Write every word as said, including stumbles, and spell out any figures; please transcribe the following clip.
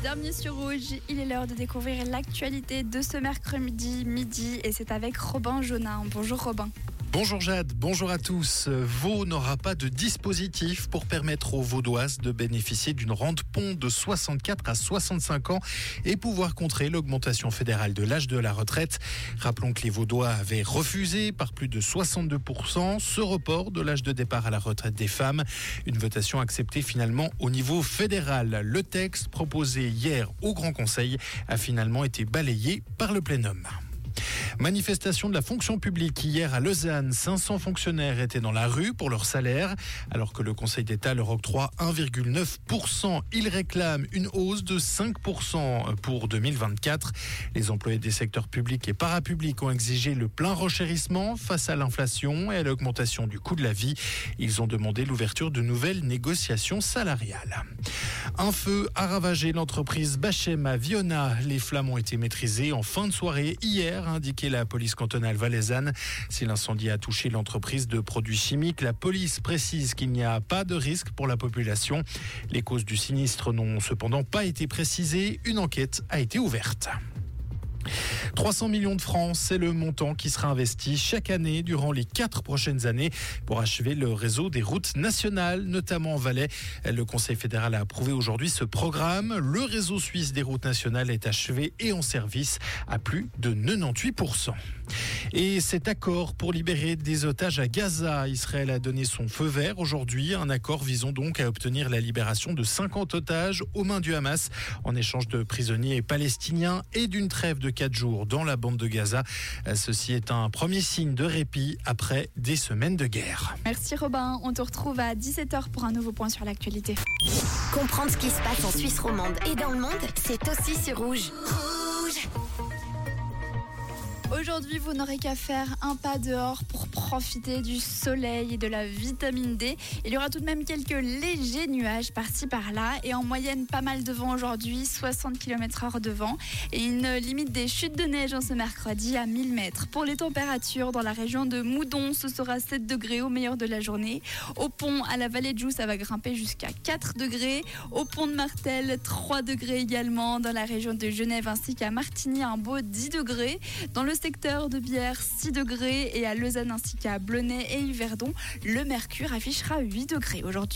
Bienvenue sur Rouge, il est l'heure de découvrir l'actualité de ce mercredi midi et c'est avec Robin Jonin. Bonjour Robin. Bonjour Jade, bonjour à tous. Vaud n'aura pas de dispositif pour permettre aux Vaudoises de bénéficier d'une rente pont de soixante-quatre à soixante-cinq ans et pouvoir contrer l'augmentation fédérale de l'âge de la retraite. Rappelons que les Vaudois avaient refusé par plus de soixante-deux pour cent ce report de l'âge de départ à la retraite des femmes. Une votation acceptée finalement au niveau fédéral. Le texte proposé hier au Grand Conseil a finalement été balayé par le plénum. Manifestation de la fonction publique hier à Lausanne. cinq cents fonctionnaires étaient dans la rue pour leur salaire. Alors que le Conseil d'État leur octroie un virgule neuf pour cent, ils réclament une hausse de cinq pour cent pour deux mille vingt-quatre. Les employés des secteurs publics et parapublics ont exigé le plein renchérissement face à l'inflation et à l'augmentation du coût de la vie. Ils ont demandé l'ouverture de nouvelles négociations salariales. Un feu a ravagé l'entreprise Bachem à Viona. Les flammes ont été maîtrisées en fin de soirée hier, a indiqué la police cantonale valaisanne. Si l'incendie a touché l'entreprise de produits chimiques, la police précise qu'il n'y a pas de risque pour la population. Les causes du sinistre n'ont cependant pas été précisées. Une enquête a été ouverte. trois cents millions de francs, c'est le montant qui sera investi chaque année durant les quatre prochaines années pour achever le réseau des routes nationales, notamment en Valais. Le Conseil fédéral a approuvé aujourd'hui ce programme. Le réseau suisse des routes nationales est achevé et en service à plus de quatre-vingt-dix-huit pour cent. Et cet accord pour libérer des otages à Gaza, Israël a donné son feu vert aujourd'hui. Un accord visant donc à obtenir la libération de cinquante otages aux mains du Hamas en échange de prisonniers palestiniens et d'une trêve de quatre jours dans la bande de Gaza. Ceci est un premier signe de répit après des semaines de guerre. Merci Robin, on te retrouve à dix-sept heures pour un nouveau point sur l'actualité. Comprendre ce qui se passe en Suisse romande et dans le monde, c'est aussi sur Rouge. Rouge. Aujourd'hui, vous n'aurez qu'à faire un pas dehors pour profiter du soleil et de la vitamine D. Il y aura tout de même quelques légers nuages par-ci par-là et en moyenne pas mal de vent aujourd'hui, soixante kilomètres heure de vent et une limite des chutes de neige en ce mercredi à mille mètres. Pour les températures, dans la région de Moudon, ce sera sept degrés au meilleur de la journée. Au pont, à la vallée de Joux, ça va grimper jusqu'à quatre degrés. Au pont de Martel, trois degrés également. Dans la région de Genève ainsi qu'à Martigny, un beau dix degrés. Dans le secteur de Bière, six degrés et à Lausanne ainsi qu'à Blonay et Yverdon, le mercure affichera huit degrés aujourd'hui.